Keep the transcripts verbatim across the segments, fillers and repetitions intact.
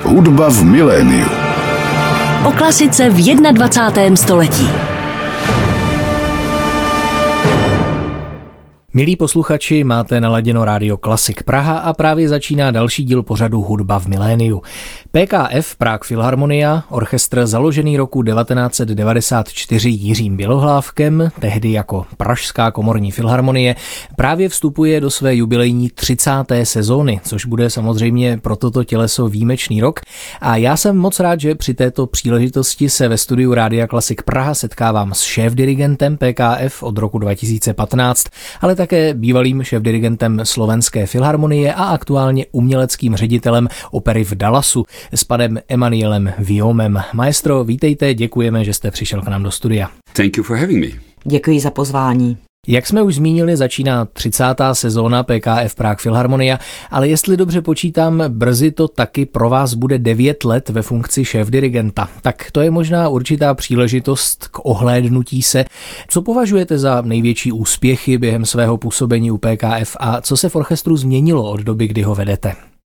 Hudba v miléniu. O klasice v dvacátém prvním století. Milí posluchači, máte naladěno Rádio Klasik Praha a právě začíná další díl pořadu Hudba v miléniu. P K F Prague Philharmonia, orchestr založený roku devatenáct set devadesát čtyři Jiřím Bělohlávkem, tehdy jako Pražská komorní filharmonie, právě vstupuje do své jubilejní třicáté sezóny, což bude samozřejmě pro toto těleso výjimečný rok. A já jsem moc rád, že při této příležitosti se ve studiu Rádia Klasik Praha setkávám s šéfdirigentem P K F od roku dva tisíce patnáct, ale také bývalým šéfdirigentem Slovenské filharmonie a aktuálně uměleckým ředitelem opery v Dallasu s panem Emanuelem Viomem. Maestro, vítejte, děkujeme, že jste přišel k nám do studia. Thank you for having me. Děkuji za pozvání. Jak jsme už zmínili, začíná třicátá sezóna P K F Prague Philharmonia, ale jestli dobře počítám, brzy to taky pro vás bude devět let ve funkci šéfdirigenta. Tak to je možná určitá příležitost k ohlédnutí se. Co považujete za největší úspěchy během svého působení u P K F a co se v orchestru změnilo od doby, kdy ho vedete?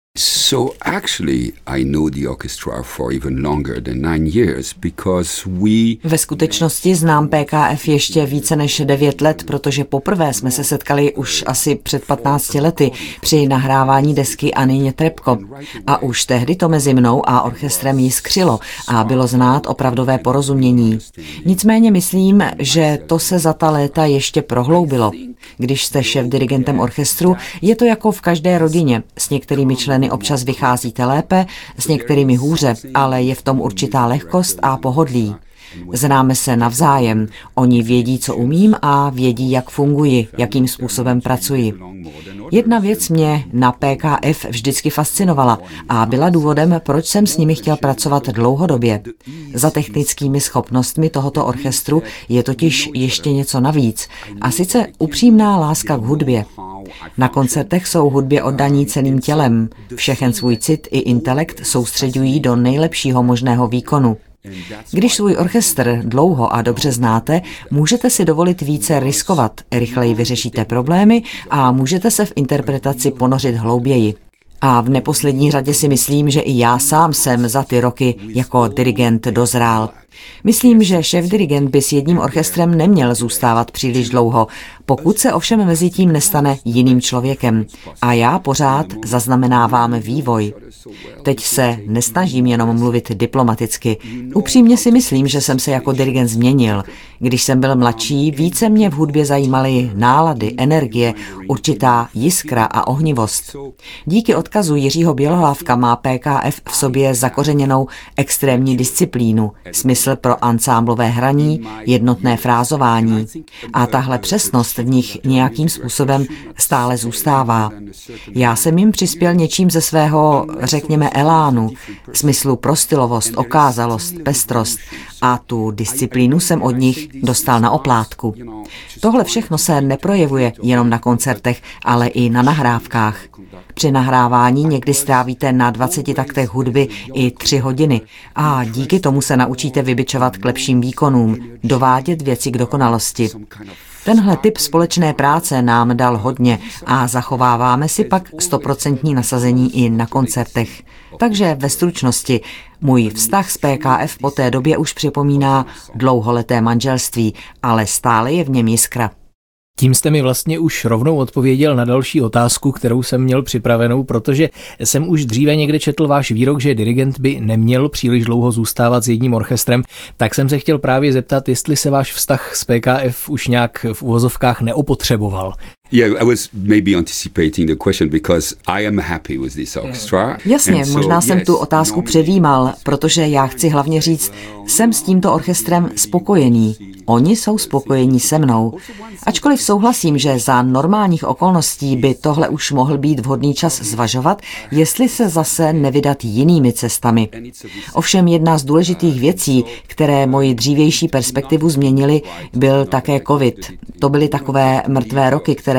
So actually I know the orchestra for even longer than nine years because we... Ve skutečnosti znám P K F ještě více než devět let, protože poprvé jsme se setkali už asi před patnácti lety při nahrávání desky Anny Netrebko. A už tehdy to mezi mnou a orchestrem jiskřilo a bylo znát opravdové porozumění. Nicméně myslím, že to se za ta léta ještě prohloubilo. Když jste šéfdirigentem orchestru, je to jako v každé rodině. S některými členy občas vycházíte lépe, s některými hůře, ale je v tom určitá lehkost a pohodlí. Známe se navzájem. Oni vědí, co umím a vědí, jak funguji, jakým způsobem pracuji. Jedna věc mě na P K F vždycky fascinovala a byla důvodem, proč jsem s nimi chtěl pracovat dlouhodobě. Za technickými schopnostmi tohoto orchestru je totiž ještě něco navíc, a sice upřímná láska k hudbě. Na koncertech jsou hudbě oddaní celým tělem. Všechen svůj cit i intelekt soustředují do nejlepšího možného výkonu. Když svůj orchestr dlouho a dobře znáte, můžete si dovolit více riskovat, rychleji vyřešíte problémy a můžete se v interpretaci ponořit hlouběji. A v neposlední řadě si myslím, že i já sám jsem za ty roky jako dirigent dozrál. Myslím, že šéfdirigent by s jedním orchestrem neměl zůstávat příliš dlouho, pokud se ovšem mezi tím nestane jiným člověkem. A já pořád zaznamenávám vývoj. Teď se nesnažím jenom mluvit diplomaticky. Upřímně si myslím, že jsem se jako dirigent změnil. Když jsem byl mladší, více mě v hudbě zajímaly nálady, energie, určitá jiskra a ohnivost. Díky odkazu Jiřího Bělohlávka má P K F v sobě zakořeněnou extrémní disciplínu, smysl pro ansámblové hraní, jednotné frázování. A tahle přesnost v nich nějakým způsobem stále zůstává. Já jsem jim přispěl něčím ze svého, řekněme, elánu, smyslu pro stylovost, okázalost, pestrost, a tu disciplínu jsem od nich dostal na oplátku. Tohle všechno se neprojevuje jenom na koncertech, ale i na nahrávkách. Při nahrávání někdy strávíte na dvaceti taktech hudby i tři hodiny a díky tomu se naučíte vybičovat k lepším výkonům, dovádět věci k dokonalosti. Tenhle typ společné práce nám dal hodně a zachováváme si pak stoprocentní nasazení i na koncertech. Takže ve stručnosti, můj vztah s P K F po té době už připomíná dlouholeté manželství, ale stále je v něm jiskra. Tím jste mi vlastně už rovnou odpověděl na další otázku, kterou jsem měl připravenou, protože jsem už dříve někde četl váš výrok, že dirigent by neměl příliš dlouho zůstávat s jedním orchestrem, tak jsem se chtěl právě zeptat, jestli se váš vztah s P K F už nějak v uvozovkách neopotřeboval. Yeah, I was maybe anticipating the question because I am happy with this orchestra. Jasně, možná jsem tu otázku předjímal, protože já chci hlavně říct, jsem s tímto orchestrem spokojený. Oni jsou spokojení se mnou. Ačkoliv souhlasím, že za normálních okolností by tohle už mohl být vhodný čas zvažovat, jestli se zase nevydat jinými cestami. Ovšem jedna z důležitých věcí, které moji dřívější perspektivu změnily, byl také covid. To byly takové mrtvé roky, které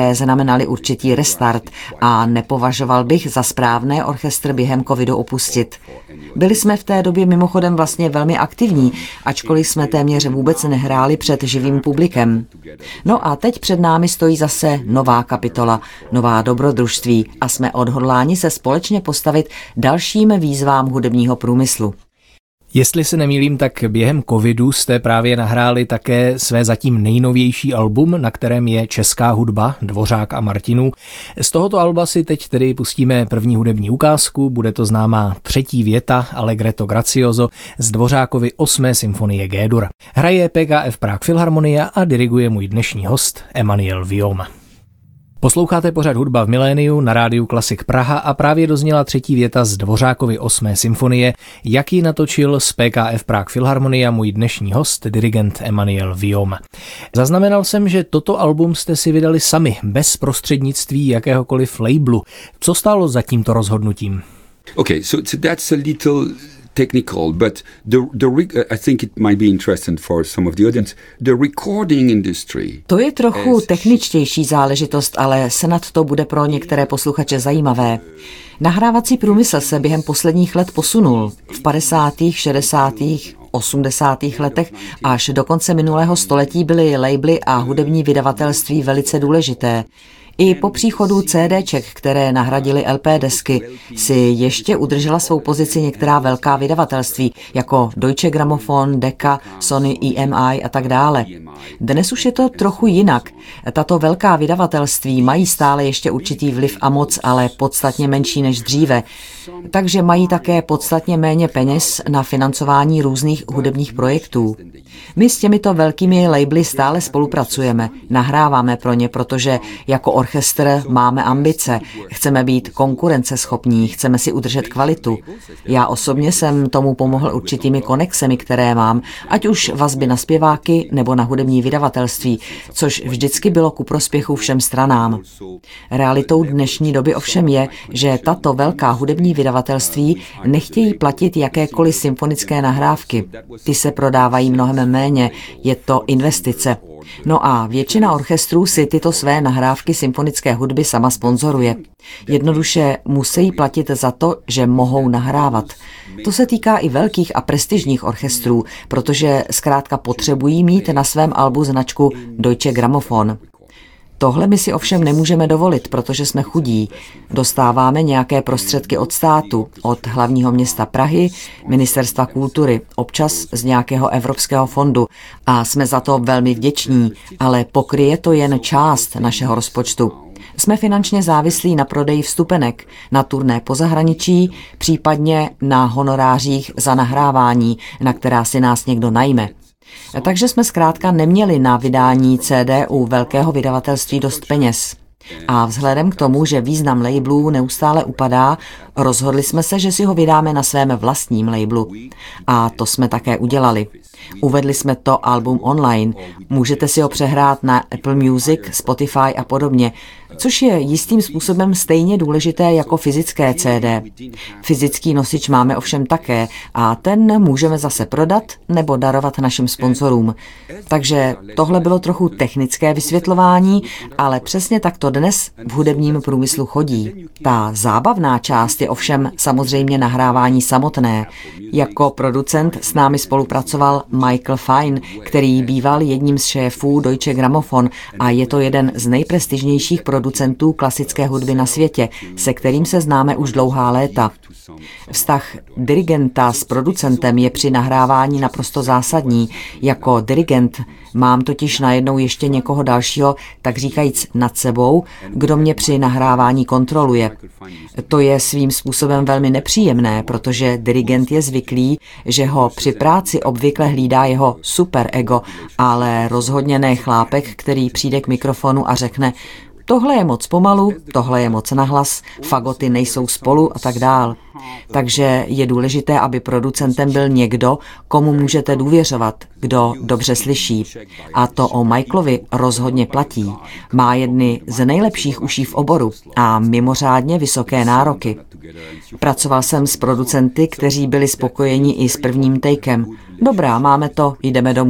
které znamenaly určitý restart a nepovažoval bych za správné orchestr během covidu opustit. Byli jsme v té době mimochodem vlastně velmi aktivní, ačkoliv jsme téměř vůbec nehráli před živým publikem. No a teď před námi stojí zase nová kapitola, nová dobrodružství a jsme odhodláni se společně postavit dalším výzvám hudebního průmyslu. Jestli se nemýlím, tak během covidu jste právě nahráli také své zatím nejnovější album, na kterém je česká hudba, Dvořák a Martinů. Z tohoto alba si teď tedy pustíme první hudební ukázku, bude to známá třetí věta Allegretto Grazioso z Dvořákovy osmé symfonie G-dur. Hraje P K F Prague Filharmonia a diriguje můj dnešní host Emmanuel Viome. Posloucháte pořad Hudba v miléniu na rádiu Klasik Praha a právě dozněla třetí věta z Dvořákovy osmé symfonie, jak ji natočil z P K F Prague Filharmonia můj dnešní host, dirigent Emmanuel Viome. Zaznamenal jsem, že toto album jste si vydali sami, bez prostřednictví jakéhokoliv labelu. Co stálo za tímto rozhodnutím? Okay, so, so that's a little technical, but the the I think it might be interesting for some of the audience. The recording industry. To je trochu techničtější záležitost, ale snad to bude pro některé posluchače zajímavé. Nahrávací průmysl se během posledních let posunul. V padesátých, šedesátých, osmdesátých letech až do konce minulého století byly labely a hudební vydavatelství velice důležité. I po příchodu CDček, které nahradily L P desky, si ještě udržela svou pozici některá velká vydavatelství, jako Deutsche Grammophon, Decca, Sony E M I a tak dále. Dnes už je to trochu jinak. Tato velká vydavatelství mají stále ještě určitý vliv a moc, ale podstatně menší než dříve. Takže mají také podstatně méně peněz na financování různých hudebních projektů. My s těmito velkými labely stále spolupracujeme, nahráváme pro ně, protože jako orchestr máme ambice, chceme být konkurenceschopní, chceme si udržet kvalitu. Já osobně jsem tomu pomohl určitými konexemi, které mám, ať už vazby na zpěváky nebo na hudební vydavatelství, což vždycky bylo ku prospěchu všem stranám. Realitou dnešní doby ovšem je, že tato velká hudební vydavatelství nechtějí platit jakékoliv symfonické nahrávky. Ty se prodávají mnohem méně, je to investice. No a většina orchestrů si tyto své nahrávky symfonické hudby sama sponzoruje. Jednoduše musí platit za to, že mohou nahrávat. To se týká i velkých a prestižních orchestrů, protože zkrátka potřebují mít na svém albu značku Deutsche Grammophon. Tohle my si ovšem nemůžeme dovolit, protože jsme chudí. Dostáváme nějaké prostředky od státu, od hlavního města Prahy, Ministerstva kultury, občas z nějakého evropského fondu a jsme za to velmi vděční, ale pokryje to jen část našeho rozpočtu. Jsme finančně závislí na prodeji vstupenek, na turné po zahraničí, případně na honorářích za nahrávání, na která si nás někdo najme. Takže jsme zkrátka neměli na vydání C D u velkého vydavatelství dost peněz. A vzhledem k tomu, že význam labelů neustále upadá, rozhodli jsme se, že si ho vydáme na svém vlastním labelu. A to jsme také udělali. Uvedli jsme to album online. Můžete si ho přehrát na Apple Music, Spotify a podobně, což je jistým způsobem stejně důležité jako fyzické C D. Fyzický nosič máme ovšem také a ten můžeme zase prodat nebo darovat našim sponzorům. Takže tohle bylo trochu technické vysvětlování, ale přesně tak to dnes v hudebním průmyslu chodí. Ta zábavná část je ovšem samozřejmě nahrávání samotné. Jako producent s námi spolupracoval Michael Fine, který býval jedním z šéfů Deutsche Grammophon a je to jeden z nejprestižnějších producentů klasické hudby na světě, se kterým se známe už dlouhá léta. Vztah dirigenta s producentem je při nahrávání naprosto zásadní. Jako dirigent mám totiž najednou ještě někoho dalšího, tak říkajíc nad sebou, kdo mě při nahrávání kontroluje. To je svým způsobem velmi nepříjemné, protože dirigent je zvyklý, že ho při práci obvykle hlídá jeho superego, ale rozhodně ne chlápek, který přijde k mikrofonu a řekne: tohle je moc pomalu, tohle je moc nahlas, fagoty nejsou spolu a tak dál. Takže je důležité, aby producentem byl někdo, komu můžete důvěřovat, kdo dobře slyší. A to o Michaelovi rozhodně platí. Má jedny z nejlepších uší v oboru a mimořádně vysoké nároky. Pracoval jsem s producenty, kteří byli spokojeni i s prvním takem. Dobrá, máme to, jdeme domů.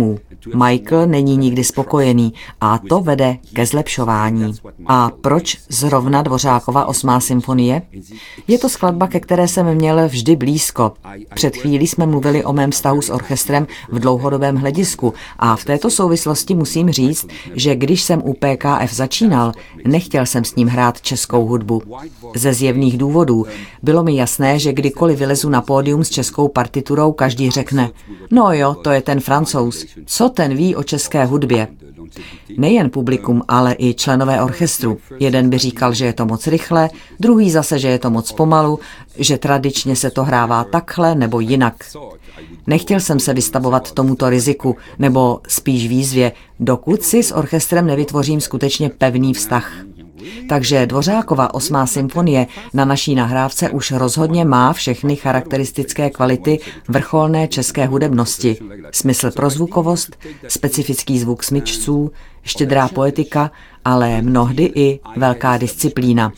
Michael není nikdy spokojený a to vede ke zlepšování. A proč zrovna Dvořákova osmá symfonie? Je to skladba, ke které jsem měl vždy blízko. Před chvílí jsme mluvili o mém vztahu s orchestrem v dlouhodobém hledisku a v této souvislosti musím říct, že když jsem u P K F začínal, nechtěl jsem s ním hrát českou hudbu. Ze zjevných důvodů. Bylo mi jasné, že kdykoliv vylezu na pódium s českou partiturou, každý řekne, no jo, to je ten Francouz, co ten ví o české hudbě? Nejen publikum, ale i členové orchestru. Jeden by říkal, že je to moc rychle, druhý zase, že je to moc pomalu, že tradičně se to hrává takhle nebo jinak. Nechtěl jsem se vystavovat tomuto riziku, nebo spíš výzvě, dokud si s orchestrem nevytvořím skutečně pevný vztah. Takže Dvořákova osmá symfonie na naší nahrávce už rozhodně má všechny charakteristické kvality vrcholné české hudebnosti. Smysl pro zvukovost, specifický zvuk smyčců, štědrá poetika, ale mnohdy i velká disciplína.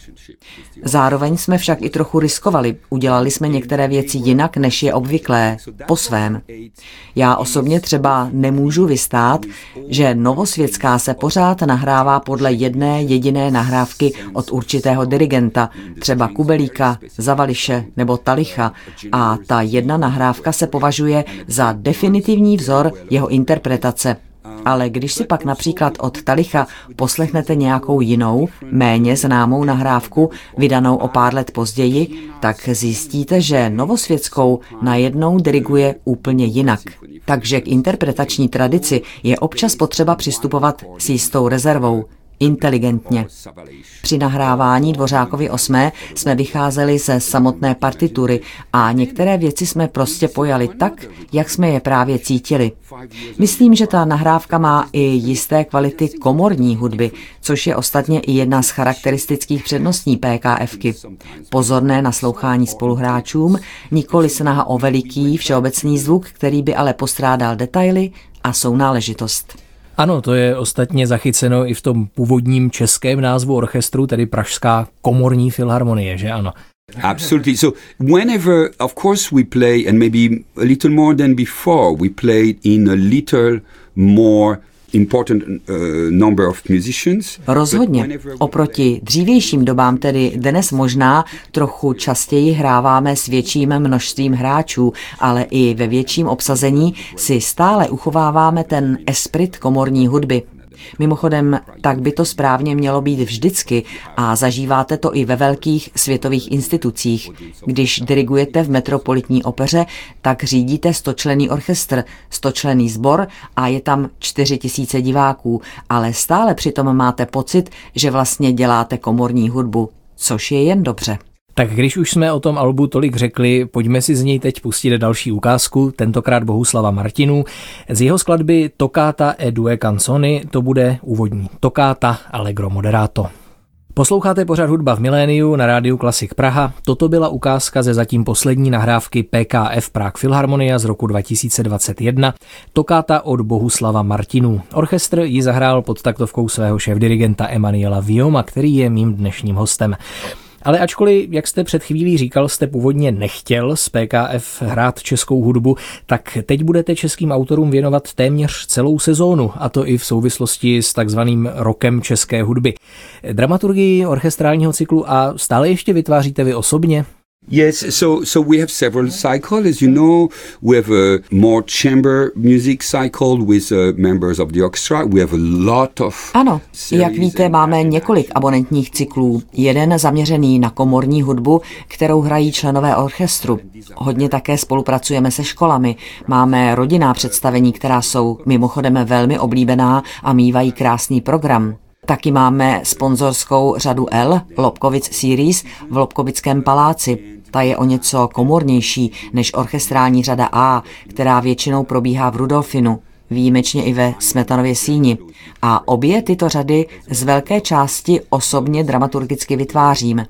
Zároveň jsme však i trochu riskovali. Udělali jsme některé věci jinak, než je obvyklé, po svém. Já osobně třeba nemůžu vystát, že Novosvětská se pořád nahrává podle jedné jediné nahrávky od určitého dirigenta, třeba Kubelíka, Zavališe nebo Talicha, a ta jedna nahrávka se považuje za definitivní vzor jeho interpretace. Ale když si pak například od Talicha poslechnete nějakou jinou, méně známou nahrávku, vydanou o pár let později, tak zjistíte, že Novosvětskou najednou diriguje úplně jinak. Takže k interpretační tradici je občas potřeba přistupovat s jistou rezervou, inteligentně. Při nahrávání Dvořákovy osmé jsme vycházeli ze samotné partitury a některé věci jsme prostě pojali tak, jak jsme je právě cítili. Myslím, že ta nahrávka má i jisté kvality komorní hudby, což je ostatně i jedna z charakteristických předností PKFky. Pozorné naslouchání spoluhráčům, nikoli snaha o veliký všeobecný zvuk, který by ale postrádal detaily a sounáležitost. Ano, to je ostatně zachyceno i v tom původním českém názvu orchestru, tedy Pražská komorní filharmonie, že ano? Absolutely. So whenever, of course, we play, and maybe a little more than before, we played in a little more important uh, number of musicians. Rozhodně. Oproti dřívějším dobám, tedy dnes možná trochu častěji hráváme s větším množstvím hráčů, ale i ve větším obsazení si stále uchováváme ten esprit komorní hudby. Mimochodem, tak by to správně mělo být vždycky a zažíváte to i ve velkých světových institucích. Když dirigujete v Metropolitní opeře, tak řídíte stočlenný orchestr, stočlenný sbor a je tam čtyři tisíce diváků, ale stále přitom máte pocit, že vlastně děláte komorní hudbu, což je jen dobře. Tak když už jsme o tom albu tolik řekli, pojďme si z něj teď pustit další ukázku, tentokrát Bohuslava Martinů. Z jeho skladby Toccata e due canzoni to bude úvodní toccata Allegro moderato. Posloucháte pořad Hudba v miléniu na rádiu Klasik Praha. Toto byla ukázka ze zatím poslední nahrávky P K F Prague Philharmonia z roku dva tisíce dvacet jedna, Toccata od Bohuslava Martinů. Orchestr ji zahrál pod taktovkou svého šéfdirigenta Emanuela Vioma, který je mým dnešním hostem. Ale ačkoliv, jak jste před chvílí říkal, jste původně nechtěl z P K F hrát českou hudbu, tak teď budete českým autorům věnovat téměř celou sezónu, a to i v souvislosti s takzvaným rokem české hudby. Dramaturgii orchestrálního cyklu a stále ještě vytváříte vy osobně? Yes, so so we have several cycles, as you know. We have a more chamber music cycle with uh, members of the orchestra. We have a lot of. Ano, jak víte, máme několik abonentních cyklů. Jeden zaměřený na komorní hudbu, kterou hrají členové orchestru. Hodně také spolupracujeme se školami. Máme rodinná představení, která jsou mimochodem velmi oblíbená a mívají krásný program. Taky máme sponzorskou řadu L, Lobkovic Series, v Lobkovickém paláci. Ta je o něco komornější než orchestrální řada A, která většinou probíhá v Rudolfinu, výjimečně i ve Smetanově síni. A obě tyto řady z velké části osobně dramaturgicky vytvářím.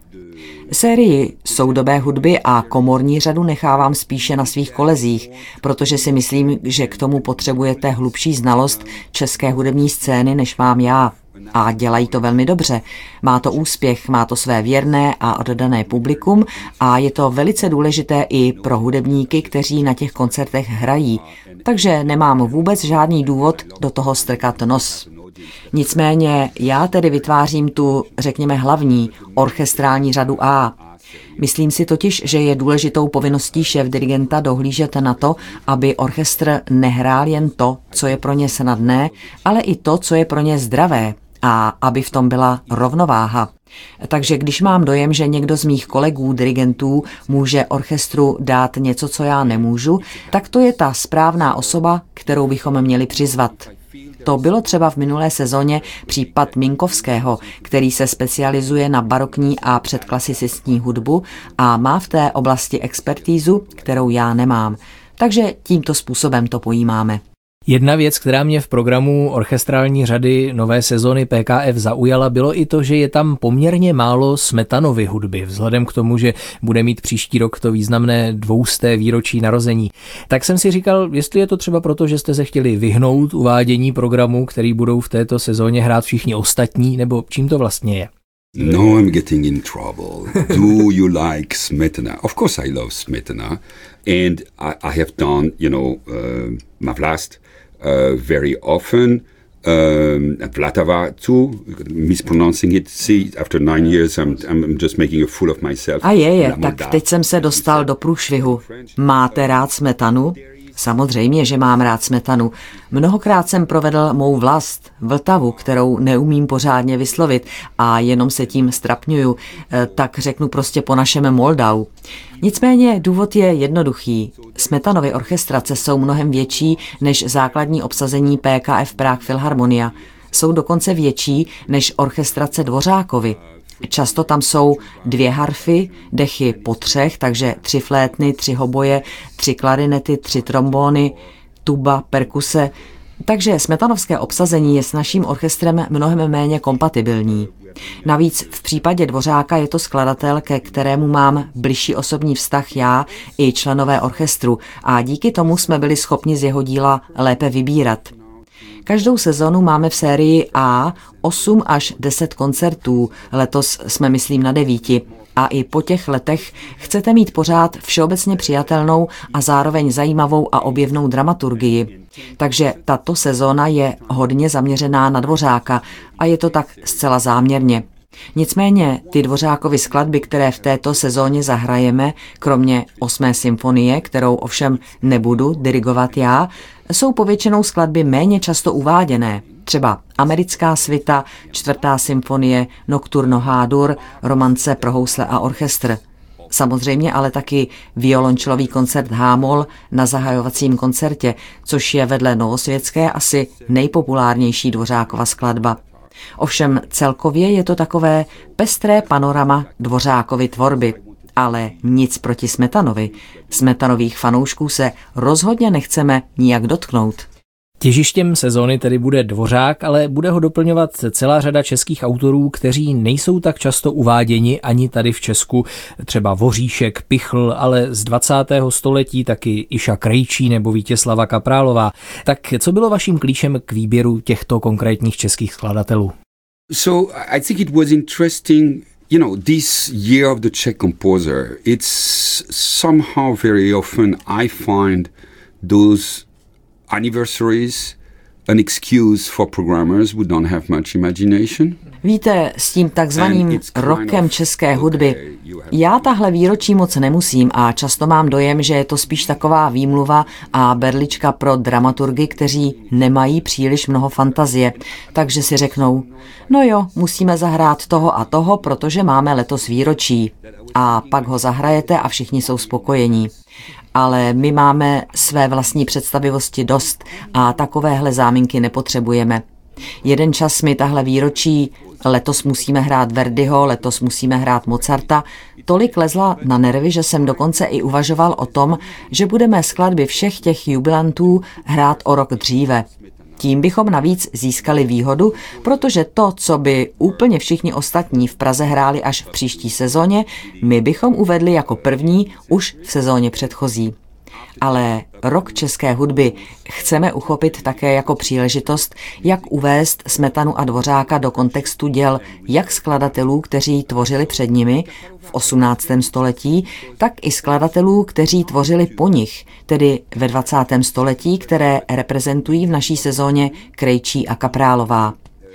Sérii soudobé hudby a komorní řadu nechávám spíše na svých kolezích, protože si myslím, že k tomu potřebujete hlubší znalost české hudební scény, než mám já. A dělají to velmi dobře. Má to úspěch, má to své věrné a oddané publikum a je to velice důležité i pro hudebníky, kteří na těch koncertech hrají. Takže nemám vůbec žádný důvod do toho strkat nos. Nicméně já tedy vytvářím tu, řekněme, hlavní orchestrální řadu A. Myslím si totiž, že je důležitou povinností šéfdirigenta dohlížet na to, aby orchestr nehrál jen to, co je pro ně snadné, ale i to, co je pro ně zdravé, a aby v tom byla rovnováha. Takže když mám dojem, že někdo z mých kolegů dirigentů může orchestru dát něco, co já nemůžu, tak to je ta správná osoba, kterou bychom měli přizvat. To bylo třeba v minulé sezóně případ Minkovského, který se specializuje na barokní a předklasicistní hudbu a má v té oblasti expertízu, kterou já nemám. Takže tímto způsobem to pojímáme. Jedna věc, která mě v programu orchestrální řady nové sezóny P K F zaujala, bylo i to, že je tam poměrně málo Smetanovy hudby, vzhledem k tomu, že bude mít příští rok to významné dvousté výročí narození. Tak jsem si říkal, jestli je to třeba proto, že jste se chtěli vyhnout uvádění programu, který budou v této sezóně hrát všichni ostatní, nebo čím to vlastně je? No, I'm getting in trouble. Do you like Smetana? Of course I love Smetana. And I, I have done, you know, uh, my last uh, very often. Um, Vltava too, mispronouncing it. See, after nine years I'm, I'm just making a fool of myself. A je, je, tak teď jsem se dostal do průšvihu. Máte rád Smetanu? Samozřejmě, že mám rád Smetanu. Mnohokrát jsem provedl mou vlast, Vltavu, kterou neumím pořádně vyslovit a jenom se tím strapňuju, tak řeknu prostě po našem Moldau. Nicméně důvod je jednoduchý. Smetanovy orchestrace jsou mnohem větší než základní obsazení P K F Prague Philharmonia. Jsou dokonce větší než orchestrace Dvořákovy. Často tam jsou dvě harfy, dechy po třech, takže tři flétny, tři hoboje, tři klarinety, tři trombóny, tuba, perkuse. Takže smetanovské obsazení je s naším orchestrem mnohem méně kompatibilní. Navíc v případě Dvořáka je to skladatel, ke kterému mám bližší osobní vztah já i členové orchestru a díky tomu jsme byli schopni z jeho díla lépe vybírat. Každou sezonu máme v sérii A osm až deset koncertů, letos jsme myslím na devíti. A i po těch letech chcete mít pořád všeobecně přijatelnou a zároveň zajímavou a objevnou dramaturgii. Takže tato sezóna je hodně zaměřená na Dvořáka a je to tak zcela záměrně. Nicméně ty Dvořákovy skladby, které v této sezóně zahrajeme, kromě osmé symfonie, kterou ovšem nebudu dirigovat já, jsou povětšinou skladby méně často uváděné. Třeba Americká svita, čtvrtá symfonie, Nocturno H-dur, Romance pro housle a orchestr. Samozřejmě ale taky violončelový koncert H-moll na zahajovacím koncertě, což je vedle Novosvětské asi nejpopulárnější Dvořákova skladba. Ovšem celkově je to takové pestré panorama Dvořákovy tvorby. Ale nic proti Smetanovi. Smetanových fanoušků se rozhodně nechceme nijak dotknout. Těžištěm sezóny tedy bude Dvořák, ale bude ho doplňovat celá řada českých autorů, kteří nejsou tak často uváděni ani tady v Česku, třeba Voříšek, Pichl, ale z dvacátého století taky Iša Krejčí nebo Vítězslava Kaprálová. Tak co bylo vaším klíčem k výběru těchto konkrétních českých skladatelů? So I think it was interesting. You know, this year of the Czech composer, it's somehow very often I find those anniversaries an excuse for programmers who don't have much imagination. Víte, s tím takzvaným rokem české hudby, já tahle výročí moc nemusím a často mám dojem, že je to spíš taková výmluva a berlička pro dramaturgy, kteří nemají příliš mnoho fantazie. Takže si řeknou, no jo, musíme zahrát toho a toho, protože máme letos výročí. A pak ho zahrajete a všichni jsou spokojení. Ale my máme své vlastní představivosti dost a takovéhle záminky nepotřebujeme. Jeden čas mi tahle výročí, letos musíme hrát Verdiho, letos musíme hrát Mozarta, tolik lezla na nervy, že jsem dokonce i uvažoval o tom, že budeme skladby všech těch jubilantů hrát o rok dříve. Tím bychom navíc získali výhodu, protože to, co by úplně všichni ostatní v Praze hráli až v příští sezóně, my bychom uvedli jako první už v sezóně předchozí. Ale rok české hudby chceme uchopit také jako příležitost, jak uvést Smetanu a Dvořáka do kontextu děl jak skladatelů, kteří tvořili před nimi v osmnáctém století, tak i skladatelů, kteří tvořili po nich, tedy ve dvacátém století, které reprezentují v naší sezóně Krejčí a Kaprálová.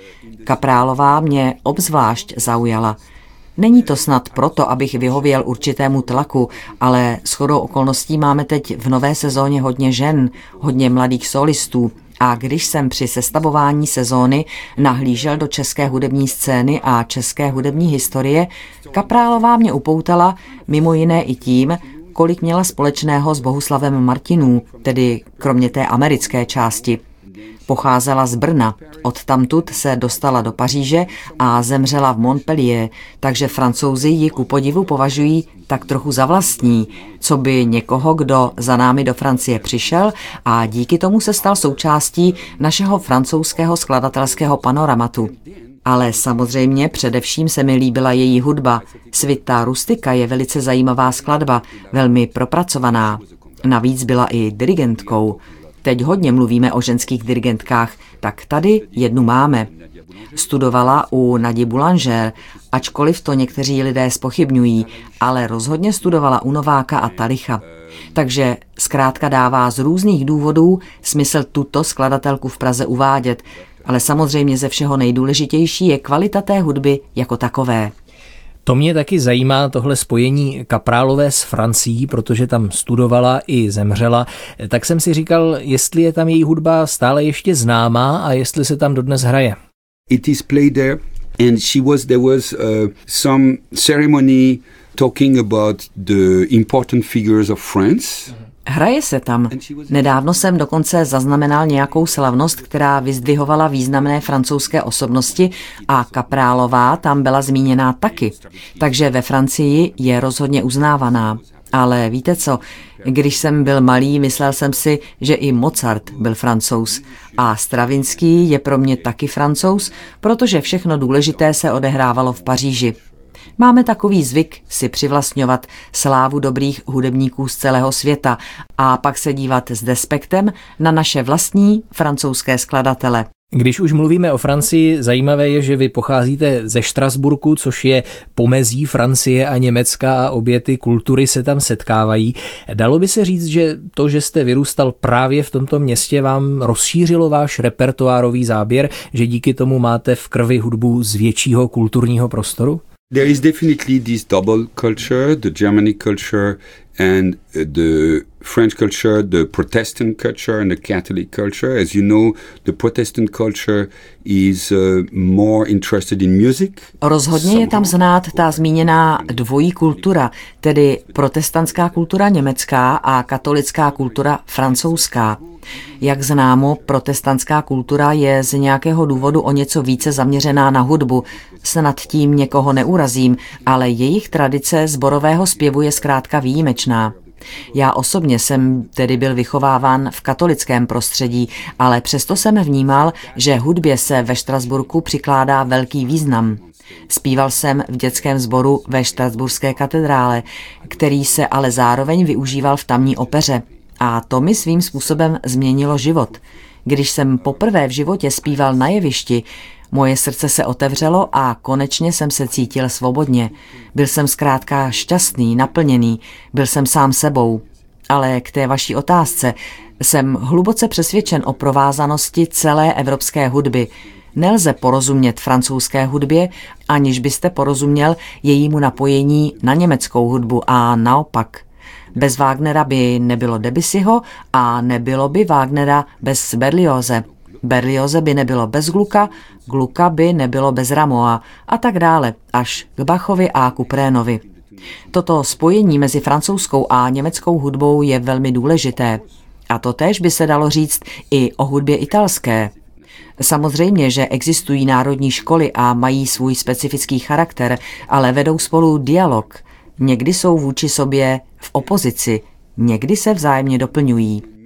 Kaprálová mě obzvlášť zaujala. Není to snad proto, abych vyhověl určitému tlaku, ale shodou okolností máme teď v nové sezóně hodně žen, hodně mladých solistů a když jsem při sestavování sezóny nahlížel do české hudební scény a české hudební historie, Kaprálová mě upoutala mimo jiné i tím, kolik měla společného s Bohuslavem Martinů, tedy kromě té americké části. Pocházela z Brna, odtamtud se dostala do Paříže a zemřela v Montpellier, takže Francouzi ji ku podivu považují tak trochu za vlastní, co by někoho, kdo za námi do Francie přišel a díky tomu se stal součástí našeho francouzského skladatelského panoramatu. Ale samozřejmě především se mi líbila její hudba. Svita rustika je velice zajímavá skladba, velmi propracovaná. Navíc byla i dirigentkou. Teď hodně mluvíme o ženských dirigentkách, tak tady jednu máme. Studovala u Nadi Boulanger, ačkoliv to někteří lidé zpochybňují, ale rozhodně studovala u Nováka a Talicha. Takže zkrátka dává z různých důvodů smysl tuto skladatelku v Praze uvádět, ale samozřejmě ze všeho nejdůležitější je kvalita té hudby jako takové. To mě taky zajímá tohle spojení Kaprálové s Francií, protože tam studovala i zemřela. Tak jsem si říkal, jestli je tam její hudba stále ještě známá a jestli se tam dodnes hraje. It is played there and she was there was uh, some ceremony talking about the important figures of France. Hraje se tam. Nedávno jsem dokonce zaznamenal nějakou slavnost, která vyzdvihovala významné francouzské osobnosti a Kaprálová tam byla zmíněná taky. Takže ve Francii je rozhodně uznávaná. Ale víte co, když jsem byl malý, myslel jsem si, že i Mozart byl Francouz. A Stravinský je pro mě taky Francouz, protože všechno důležité se odehrávalo v Paříži. Máme takový zvyk si přivlastňovat slávu dobrých hudebníků z celého světa a pak se dívat s despektem na naše vlastní francouzské skladatele. Když už mluvíme o Francii, zajímavé je, že vy pocházíte ze Štrasburku, což je pomezí Francie a Německa a obě ty kultury se tam setkávají. Dalo by se říct, že to, že jste vyrůstal právě v tomto městě, vám rozšířilo váš repertoárový záběr, že díky tomu máte v krvi hudbu z většího kulturního prostoru? There is definitely this double culture, the Germanic culture and the French culture, the Protestant culture and the Catholic culture. As you know, the Protestant culture is uh, more interested in music. Rozhodně je tam znát ta zmíněná dvojí kultura, tedy protestantská kultura německá a katolická kultura francouzská. Jak známo, protestantská kultura je z nějakého důvodu o něco více zaměřená na hudbu. Snad tím někoho neurazím, ale jejich tradice sborového zpěvu je zkrátka výjimečná. Já osobně jsem tedy byl vychováván v katolickém prostředí, ale přesto jsem vnímal, že hudbě se ve Štrasburku přikládá velký význam. Zpíval jsem v dětském sboru ve Štrasburské katedrále, který se ale zároveň využíval v tamní opeře. A to mi svým způsobem změnilo život. Když jsem poprvé v životě zpíval na jevišti, moje srdce se otevřelo a konečně jsem se cítil svobodně. Byl jsem zkrátka šťastný, naplněný, byl jsem sám sebou. Ale k té vaší otázce jsem hluboce přesvědčen o provázanosti celé evropské hudby. Nelze porozumět francouzské hudbě, aniž byste porozuměl jejímu napojení na německou hudbu a naopak. Bez Wagnera by nebylo Debussyho a nebylo by Wagnera bez Berlioze. Berlioze by nebylo bez Glucka, Glucka by nebylo bez Rameaua a tak dále, až k Bachovi a Kuprénovi. Toto spojení mezi francouzskou a německou hudbou je velmi důležité. A to též by se dalo říct i o hudbě italské. Samozřejmě, že existují národní školy a mají svůj specifický charakter, ale vedou spolu dialog. Někdy jsou vůči sobě v opozici, někdy se vzájemně doplňují.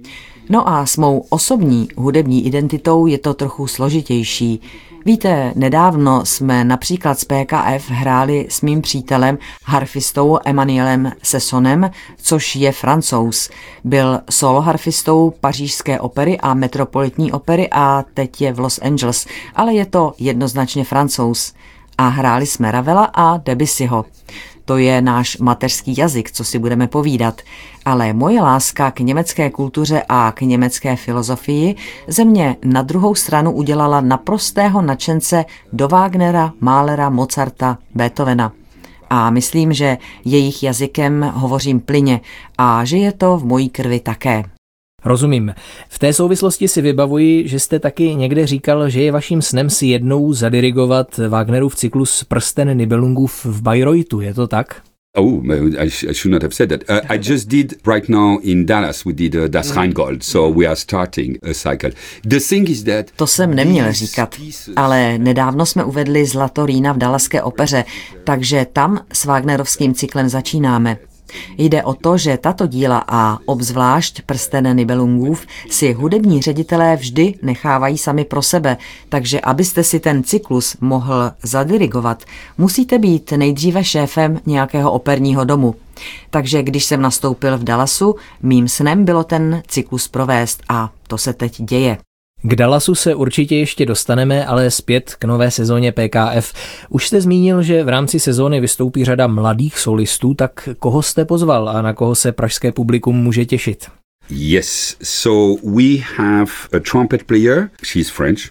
No a s mou osobní hudební identitou je to trochu složitější. Víte, nedávno jsme například z P K F hráli s mým přítelem, harfistou Emmanuelem Sessonem, což je Francouz. Byl soloharfistou Pařížské opery a Metropolitní opery a teď je v Los Angeles, ale je to jednoznačně Francouz. A hráli jsme Ravela a Debussyho. To je náš mateřský jazyk, co si budeme povídat. Ale moje láska k německé kultuře a k německé filozofii ze mě na druhou stranu udělala naprostého nadšence do Wagnera, Mahlera, Mozarta, Beethovena. A myslím, že jejich jazykem hovořím plyně a že je to v mojí krvi také. Rozumím. V té souvislosti si vybavuji, že jste taky někde říkal, že je vaším snem si jednou zadirigovat Wagnerův cyklus Prsten Nibelungův v Bayreuthu. Je to tak? Oh, I, sh- I should not have said that. Uh, I just did right now in Dallas. We did uh, Das Rheingold, so we are starting a cycle. The thing is that to jsem neměl říkat, ale nedávno jsme uvedli Zlato Rýna v Dallaské opeře, takže tam s Wagnerovským cyklem začínáme. Jde o to, že tato díla a obzvlášť Prsten Nibelungův si hudební ředitelé vždy nechávají sami pro sebe, takže abyste si ten cyklus mohl zadirigovat, musíte být nejdříve šéfem nějakého operního domu. Takže když jsem nastoupil v Dallasu, mým snem bylo ten cyklus provést a to se teď děje. K Dallasu se určitě ještě dostaneme, ale zpět k nové sezóně P K F. Už jste zmínil, že v rámci sezóny vystoupí řada mladých solistů, tak koho jste pozval a na koho se pražské publikum může těšit? Yes, so we have a trumpet player, she's French,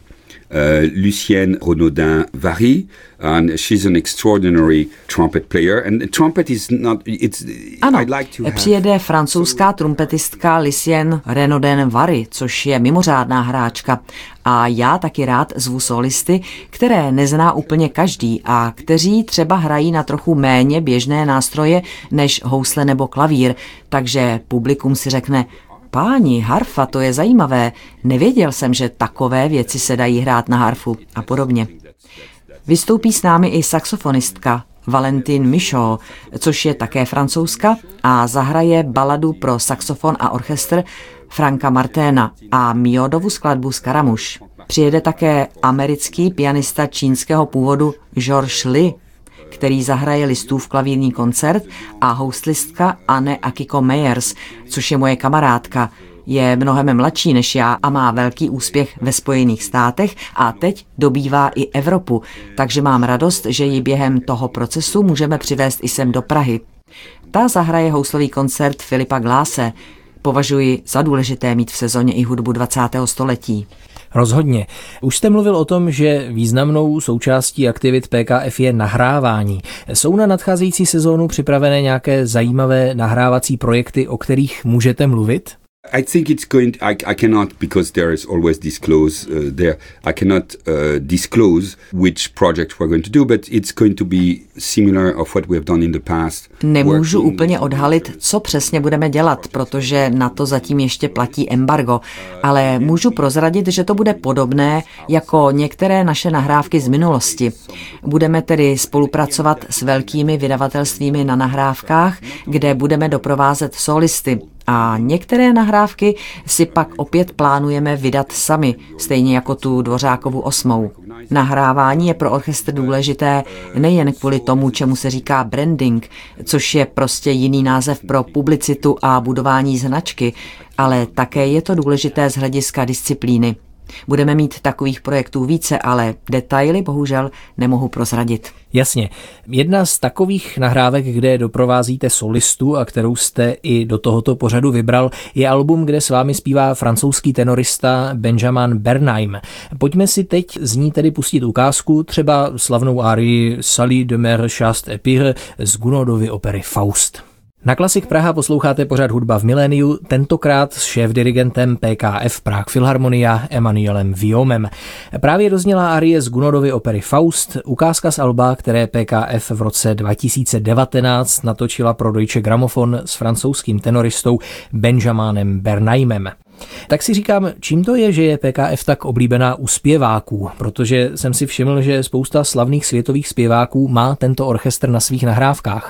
uh, Lucienne Renaudin-Vary, and she's an extraordinary trumpet player. And the trumpet is not, it's, ano, I'd like to have... přijede francouzská trumpetistka Lucienne Renaudin-Vary, což je mimořádná hráčka. A já taky rád zvu solisty, které nezná úplně každý a kteří třeba hrají na trochu méně běžné nástroje než housle nebo klavír, takže publikum si řekne: páni, harfa, to je zajímavé, nevěděl jsem, že takové věci se dají hrát na harfu a podobně. Vystoupí s námi i saxofonistka Valentine Michaud, což je také Francouzka a zahraje baladu pro saxofon a orchestr Franka Marténa a Miodovu skladbu Scaramouche. Přijede také americký pianista čínského původu George Li, který zahraje Lisztův klavírní koncert, a houslistka Anne Akiko Meyers, což je moje kamarádka. Je mnohem mladší než já a má velký úspěch ve Spojených státech a teď dobývá i Evropu, takže mám radost, že ji během toho procesu můžeme přivést i sem do Prahy. Ta zahraje houslový koncert Filipa Glasse. Považuji za důležité mít v sezóně i hudbu dvacátého století. Rozhodně. Už jste mluvil o tom, že významnou součástí aktivit P K F je nahrávání. Jsou na nadcházející sezónu připravené nějaké zajímavé nahrávací projekty, o kterých můžete mluvit? I think it's going to, I, I cannot, because there is always disclose uh, there, I cannot uh, disclose which project we're going to do, but it's going to be similar of what we have done in the past. Nemůžu úplně odhalit, co přesně budeme dělat, protože na to zatím ještě platí embargo, ale můžu prozradit, že to bude podobné jako některé naše nahrávky z minulosti. Budeme tedy spolupracovat s velkými vydavatelstvími na nahrávkách, kde budeme doprovázet solisty. A některé nahrávky si pak opět plánujeme vydat sami, stejně jako tu Dvořákovu osmou. Nahrávání je pro orchestr důležité nejen kvůli tomu, čemu se říká branding, což je prostě jiný název pro publicitu a budování značky, ale také je to důležité z hlediska disciplíny. Budeme mít takových projektů více, ale detaily bohužel nemohu prozradit. Jasně. Jedna z takových nahrávek, kde doprovázíte solistu a kterou jste i do tohoto pořadu vybral, je album, kde s vámi zpívá francouzský tenorista Benjamin Bernheim. Pojďme si teď z ní tedy pustit ukázku, třeba slavnou árii Salut de mer chaste épire z Gounodovy opery Faust. Na Klasik Praha posloucháte pořad Hudba v miléniu, tentokrát s šéfdirigentem P K F Prague Philharmonia Emmanuelem Viomem. Právě dozněla arie z Gounodovy opery Faust, ukázka z alba, které P K F v roce dva tisíce devatenáct natočila pro Deutsche Grammophon s francouzským tenoristou Benjaminem Bernheimem. Tak si říkám, čím to je, že je P K F tak oblíbená u zpěváků, protože jsem si všiml, že spousta slavných světových zpěváků má tento orchestr na svých nahrávkách.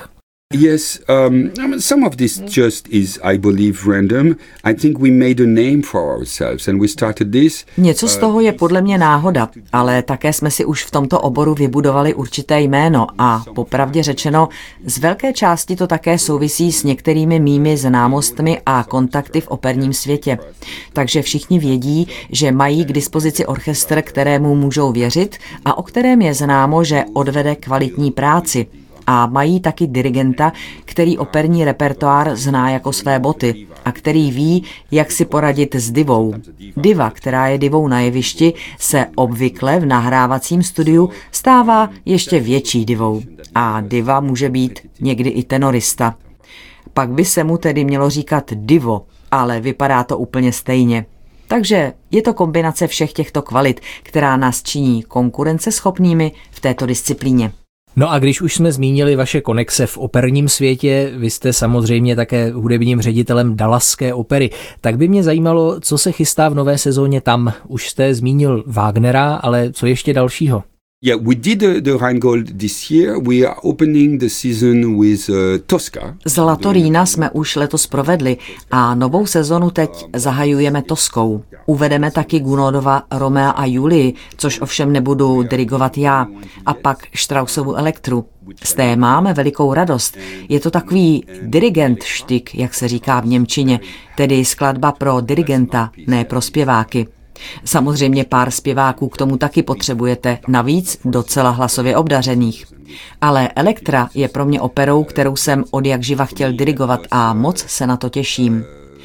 Yes, um, some of this just is, I believe, random. I think we made a name for ourselves and we started this. Něco z toho je podle mě náhoda, ale také jsme si už v tomto oboru vybudovali určité jméno a popravdě řečeno, z velké části to také souvisí s některými mými známostmi a kontakty v operním světě. Takže všichni vědí, že mají k dispozici orchestr, kterému můžou věřit a o kterém je známo, že odvede kvalitní práci. A mají taky dirigenta, který operní repertoár zná jako své boty a který ví, jak si poradit s divou. Diva, která je divou na jevišti, se obvykle v nahrávacím studiu stává ještě větší divou. A diva může být někdy i tenorista. Pak by se mu tedy mělo říkat divo, ale vypadá to úplně stejně. Takže je to kombinace všech těchto kvalit, která nás činí konkurenceschopnými v této disciplíně. No a když už jsme zmínili vaše konexe v operním světě, vy jste samozřejmě také hudebním ředitelem Dallaské opery, tak by mě zajímalo, co se chystá v nové sezóně tam. Už jste zmínil Wagnera, ale co ještě dalšího? Yeah, we did the, the Rheingold this year. We are opening the season with uh, Tosca. Zlato Rýna jsme už letos provedli a novou sezonu teď zahajujeme Toskou. Uvedeme taky Gounodova Romea a Julii, což ovšem nebudu dirigovat já, a pak Straussovu Elektru. Z té máme velikou radost. Je to takový dirigentštyk, jak se říká v němčině, tedy skladba pro dirigenta, ne pro zpěváky. Samozřejmě pár zpěváků k tomu taky potřebujete, navíc docela hlasově obdařených. Ale Elektra je pro mě operou, kterou jsem od jak živa chtěl dirigovat a moc se na to těším.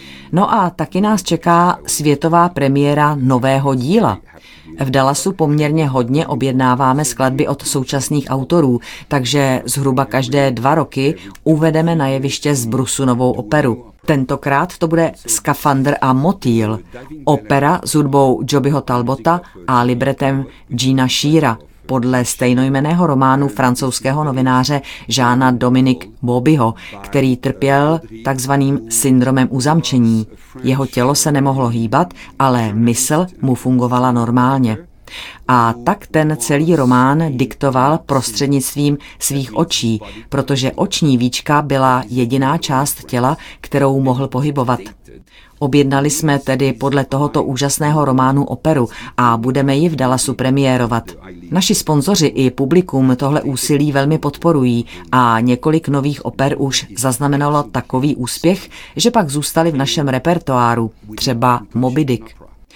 No a taky nás čeká světová premiéra nového díla. V Dallasu poměrně hodně objednáváme skladby od současných autorů, takže zhruba každé dva roky uvedeme na jeviště z Brusu novou operu. Tentokrát to bude Skafandr a motýl, opera s hudbou Jobyho Talbota a libretem Jeana Sheara podle stejnojmenného románu francouzského novináře Jeana Dominique Baubyho, který trpěl takzvaným syndromem uzamčení. Jeho tělo se nemohlo hýbat, ale mysl mu fungovala normálně. A tak ten celý román diktoval prostřednictvím svých očí, protože oční víčka byla jediná část těla, kterou mohl pohybovat. Objednali jsme tedy podle tohoto úžasného románu operu a budeme ji v Dallasu premiérovat. Naši sponzoři i publikum tohle úsilí velmi podporují a několik nových oper už zaznamenalo takový úspěch, že pak zůstali v našem repertoáru, třeba Moby Dick.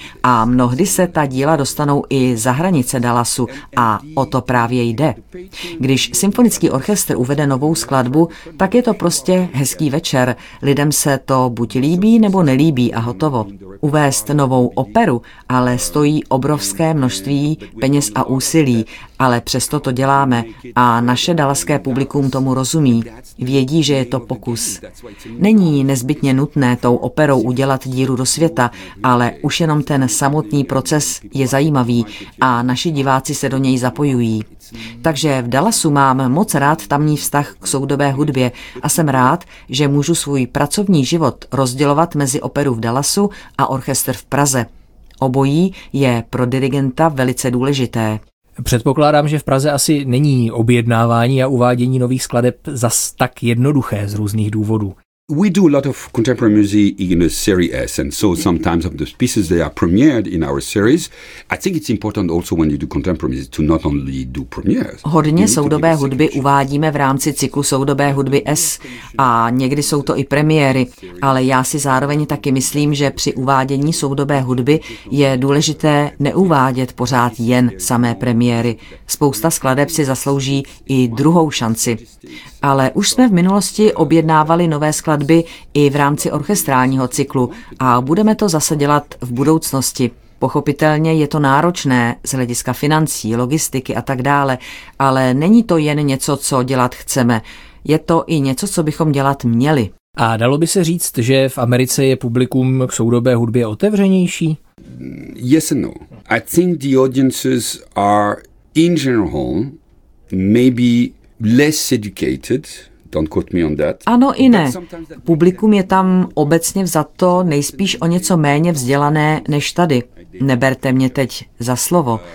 A mnohdy se ta díla dostanou i za hranice Dallasu a o to právě jde. Když symfonický orchestr uvede novou skladbu, tak je to prostě hezký večer. Lidem se to buď líbí nebo nelíbí a hotovo. Uvést novou operu ale stojí obrovské množství peněz a úsilí, ale přesto to děláme a naše dallaské publikum tomu rozumí. Vědí, že je to pokus. Není nezbytně nutné tou operou udělat díru do světa, ale už jenom ten samotný proces je zajímavý a naši diváci se do něj zapojují. Takže v Dallasu mám moc rád tamní vztah k soudobé hudbě a jsem rád, že můžu svůj pracovní život rozdělovat mezi operu v Dallasu a orchestr v Praze. Obojí je pro dirigenta velice důležité. Předpokládám, že v Praze asi není objednávání a uvádění nových skladeb zas tak jednoduché z různých důvodů. We do a lot of contemporary music in a series S, and so sometimes of the pieces they are premiered in our series. I think it's important also when you do contemporary music to not only do premieres. Hodně soudobé hudby uvádíme v rámci cyklu soudobé hudby S a někdy jsou to i premiéry, ale já si zároveň taky myslím, že při uvádění soudobé hudby je důležité neuvádět pořád jen samé premiéry. Spousta skladeb si zaslouží i druhou šanci. Ale už jsme v minulosti objednávali nové skladby i v rámci orchestrálního cyklu a budeme to zase dělat v budoucnosti. Pochopitelně je to náročné z hlediska financí, logistiky a tak dále, ale není to jen něco, co dělat chceme. Je to i něco, co bychom dělat měli. A dalo by se říct, že v Americe je publikum k soudobé hudbě otevřenější? Yes and no. I think the audiences are in general maybe less educated, don't quote me on that. Ano i ne. Publikum je tam obecně vzato nejspíš o něco méně vzdělané než tady. Neberte mě teď za slovo.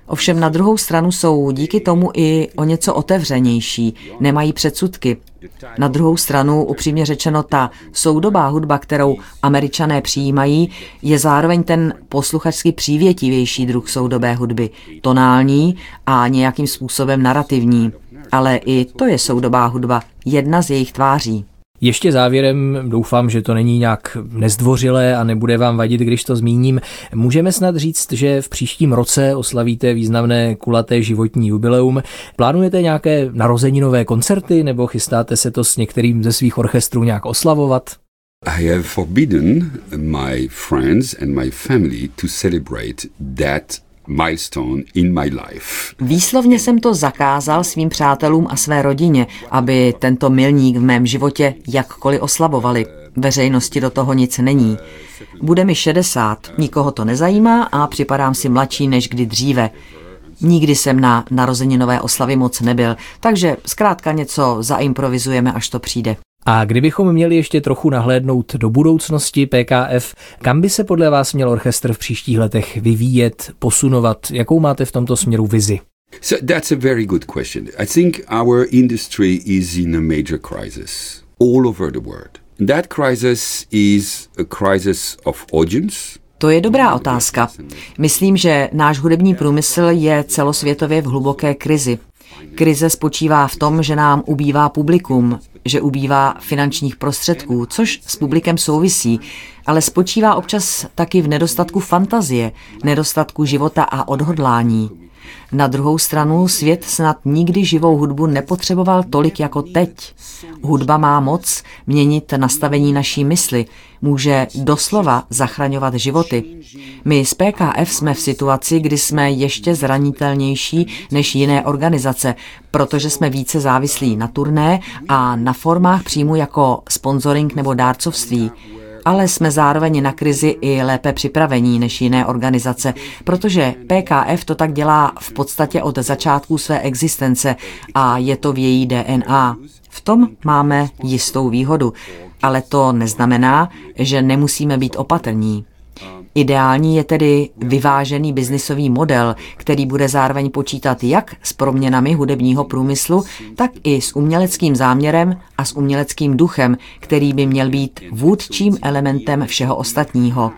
Ovšem na druhou stranu jsou díky tomu i o něco otevřenější, nemají předsudky. Na druhou stranu, upřímně řečeno, ta soudobá hudba, kterou Američané přijímají, je zároveň ten posluchačsky přívětivější druh soudobé hudby, tonální a nějakým způsobem narrativní. Ale i to je soudobá hudba, jedna z jejich tváří. Ještě závěrem, doufám, že to není nějak nezdvořilé a nebude vám vadit, když to zmíním. Můžeme snad říct, že v příštím roce oslavíte významné kulaté životní jubileum. Plánujete nějaké narozeninové koncerty nebo chystáte se to s některým ze svých orchestrů nějak oslavovat? I have forbidden my friends and my family to celebrate that milestone in my life. Výslovně jsem to zakázal svým přátelům a své rodině, aby tento milník v mém životě jakkoliv oslavovali. Veřejnosti do toho nic není. Bude mi šedesát, nikoho to nezajímá a připadám si mladší než kdy dříve. Nikdy jsem na narozeninové oslavy moc nebyl, takže zkrátka něco zaimprovizujeme, až to přijde. A kdybychom měli ještě trochu nahlédnout do budoucnosti P K F, kam by se podle vás měl orchestr v příštích letech vyvíjet, posunovat? Jakou máte v tomto směru vizi? So that's a very good question. I think our industry is in a major crisis all over the world. That crisis is a crisis of audience. To je dobrá otázka. Myslím, že náš hudební průmysl je celosvětově v hluboké krizi. Krize spočívá v tom, že nám ubývá publikum, že ubývá finančních prostředků, což s publikem souvisí, ale spočívá občas taky v nedostatku fantazie, nedostatku života a odhodlání. Na druhou stranu svět snad nikdy živou hudbu nepotřeboval tolik jako teď. Hudba má moc měnit nastavení naší mysli, může doslova zachraňovat životy. My z P K F jsme v situaci, kdy jsme ještě zranitelnější než jiné organizace, protože jsme více závislí na turné a na formách příjmu jako sponsoring nebo dárcovství. Ale jsme zároveň na krizi i lépe připravení než jiné organizace, protože P K F to tak dělá v podstatě od začátku své existence a je to v její D N A. V tom máme jistou výhodu, ale to neznamená, že nemusíme být opatrní. Ideální je tedy vyvážený biznisový model, který bude zároveň počítat jak s proměnami hudebního průmyslu, tak i s uměleckým záměrem a s uměleckým duchem, který by měl být vůdčím elementem všeho ostatního.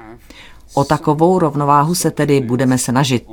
O takovou rovnováhu se tedy budeme snažit.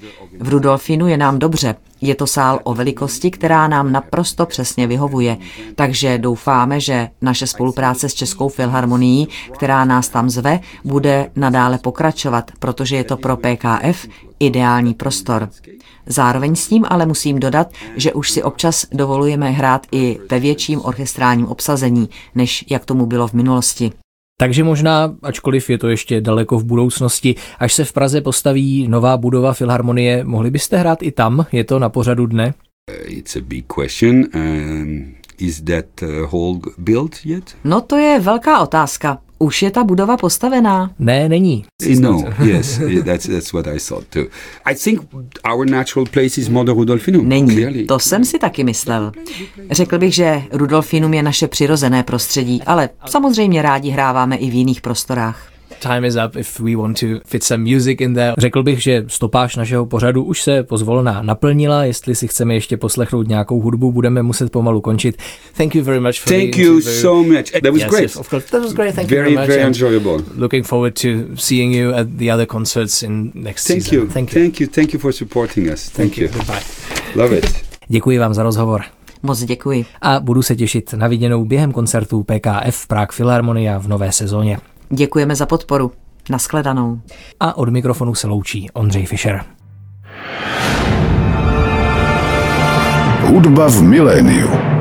V Rudolfinu je nám dobře. Je to sál o velikosti, která nám naprosto přesně vyhovuje. Takže doufáme, že naše spolupráce s Českou filharmonií, která nás tam zve, bude nadále pokračovat, protože je to pro P K F ideální prostor. Zároveň s tím ale musím dodat, že už si občas dovolujeme hrát i ve větším orchestrálním obsazení, než jak tomu bylo v minulosti. Takže možná, ačkoliv je to ještě daleko v budoucnosti, až se v Praze postaví nová budova Filharmonie, mohli byste hrát i tam? Je to na pořadu dne? It's a big question. Um, is that hall built yet? No to je velká otázka. Už je ta budova postavená? Ne, není. No, yes, that's, that's what I thought too. I think our natural place is Modo Rudolfinum. Není, clearly. To jsem si taky myslel. Řekl bych, že Rudolfinum je naše přirozené prostředí, ale samozřejmě rádi hráváme i v jiných prostorách. Time is up if we want to fit some music in there. Řekl bych, že stopáž našeho pořadu už se pozvolna naplnila. Jestli si chceme ještě poslechnout nějakou hudbu, budeme muset pomalu končit. Thank you very much for Thank the you interview. so much. That was yes, great. Yes, of course. That was great. Thank very, you very much. Very enjoyable. Looking forward to seeing you at the other concerts in next Thank season. You. Thank you. Thank you. Thank you for supporting us. Thank, Thank you. you. Goodbye. Love it. Děkuji vám za rozhovor. Moc děkuji. A budu se těšit na viděnou během koncertů P K F Prague Philharmonia v nové sezóně. Děkujeme za podporu. Nashledanou. A od mikrofonu se loučí Ondřej Fischer. Hudba v miléniu.